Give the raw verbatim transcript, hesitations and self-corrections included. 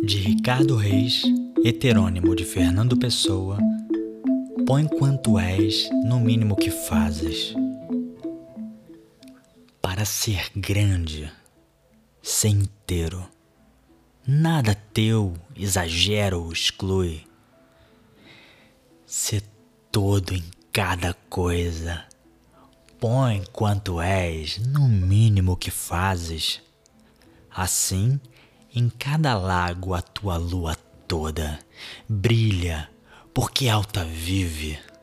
de Ricardo Reis, heterônimo de Fernando Pessoa. Põe quanto és no mínimo que fazes. Para ser grande, ser inteiro, nada teu exagera ou exclui. Ser todo em cada coisa. Põe quanto és no mínimo que fazes. Assim, em cada lago a tua lua toda brilha, porque alta vive.